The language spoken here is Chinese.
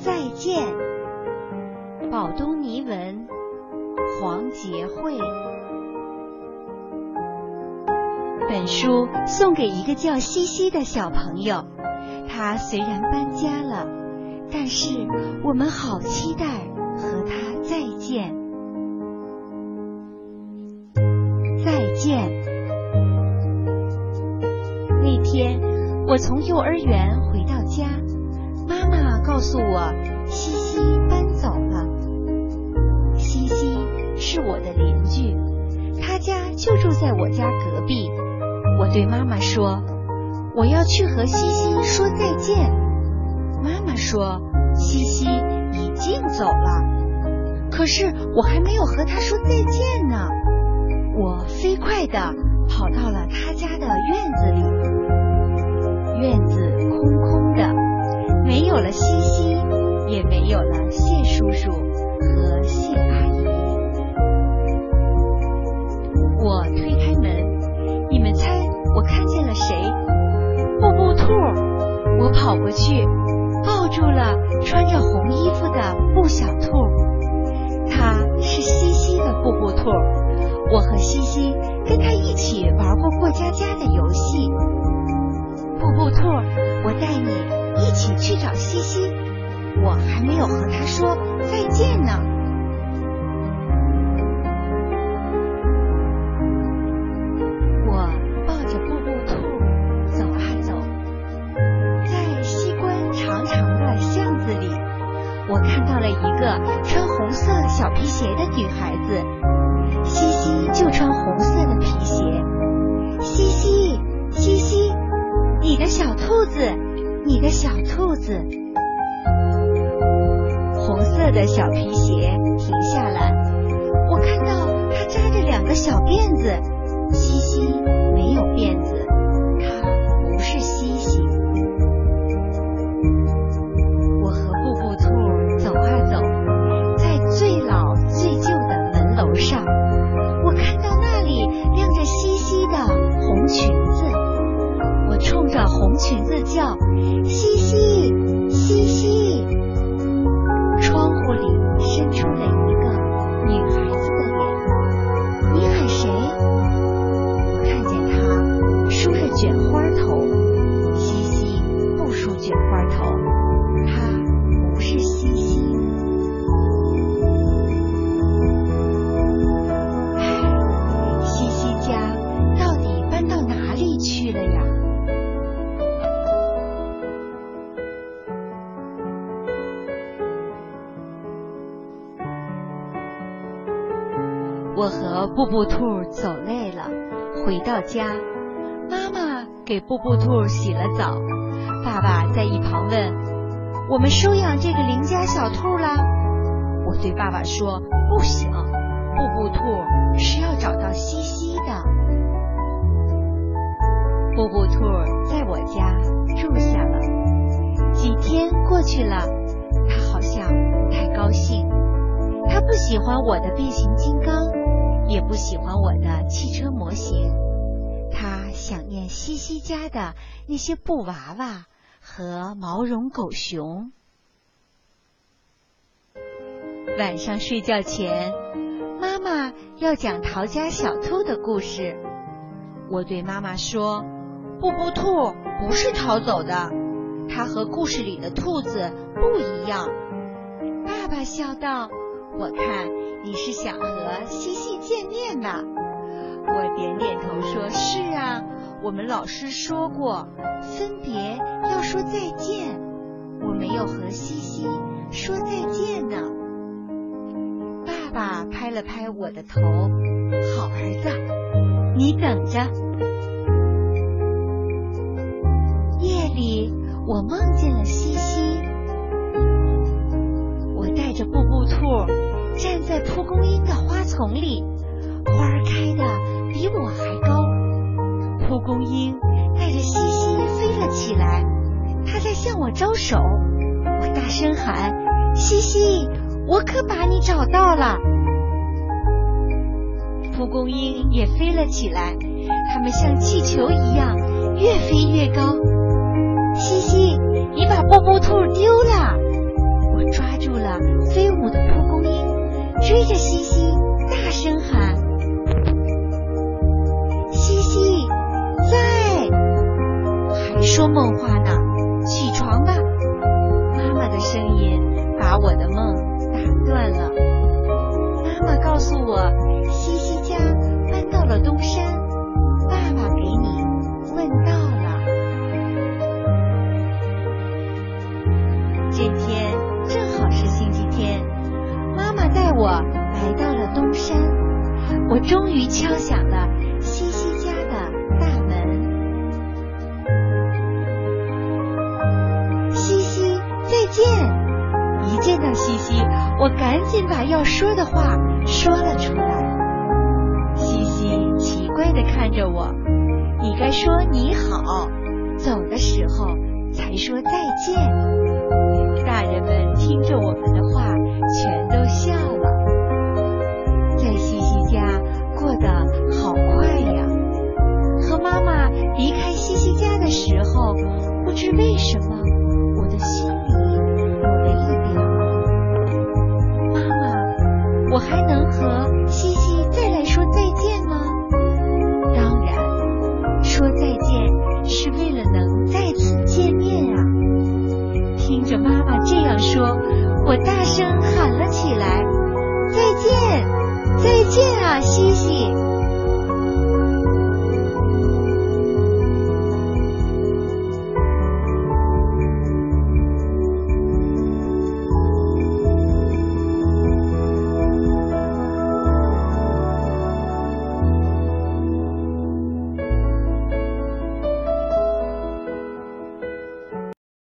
再见。宝东尼文，黄杰慧。本书送给一个叫西西的小朋友，他虽然搬家了，但是我们好期待和他再见。再见。那天我从幼儿园回到家，妈妈告诉我西西搬走了。西西是我的邻居，他家就住在我家隔壁。我对妈妈说，我要去和西西说再见。妈妈说，西西已经走了。可是我还没有和他说再见呢。我飞快地跑到了他家的院子里。院子空空的，没有了西西，也没有了谢叔叔和谢阿姨。我推开门，你们猜我看见了谁？布布兔。我跑过去抱住了穿着红衣服的布小兔，它是西西的布布兔。我和西西跟他一起玩过过家家的游戏。布布兔，我带你一起去找西西，我还没有和他说再见呢。我抱着布布兔走啊走，在西关长长的巷子里，我看到了一个穿红色小皮鞋的女孩子。西西就穿红色的皮鞋。西西，西西，你的小兔子，你的小兔子。红色的小皮鞋停下来，我看到它扎着两个小辫子。西西没有辫子，它不是西西。我和布布兔走啊走，在最老最旧的门楼上，我看到那里亮着西西的红裙子。我冲着红裙子叫，西西，西西。窗户里伸出了一个女孩子的脸。你喊谁？我看见她梳着卷花头。西西不梳卷花头，她不是西西。西西家到底搬到哪里去了呀？我和布布兔走累了，回到家，妈妈给布布兔洗了澡，爸爸在一旁问，我们收养这个邻家小兔啦？我对爸爸说，不行，布布兔是要找到西西的。布布兔在我家住下了，几天过去了，他好像不太高兴。他不喜欢我的变形金刚，也不喜欢我的汽车模型。他想念西西家的那些布娃娃和毛绒狗熊。晚上睡觉前，妈妈要讲逃家小兔的故事。我对妈妈说，布布兔不是逃走的，它和故事里的兔子不一样。爸爸笑道，我看你是想和西西见面呢。我点点头说，是啊，我们老师说过，分别要说再见。我没有和西西说再见呢。爸爸拍了拍我的头，好儿子，你等着。夜里，我梦见了西西。我带着布布兔站在蒲公英的花丛里，花开的比我还高。蒲公英带着西西飞了起来，它在向我招手。我大声喊，西西，我可把你找到了。蒲公英也飞了起来，它们像气球一样越飞越高。西西，你把布布兔丢了。我我西西家搬到了东山，爸爸给你问到了。这天正好是星期天，妈妈带我来到了东山，我终于敲响了西西家的大门。西西，再见！一见到西西，我赶紧把要说的话说了出来。西西奇怪地看着我，你该说你好，走的时候才说再见。大人们听着我们的话，全都笑了。在西西家过得好快呀！和妈妈离开西西家的时候，不知为什么我的心里有了一凉。妈妈，我还能和西西再来说再见吗？当然，说再见是为了能再次见面啊！听着妈妈这样说，我大声喊了起来：再见，再见啊，西西！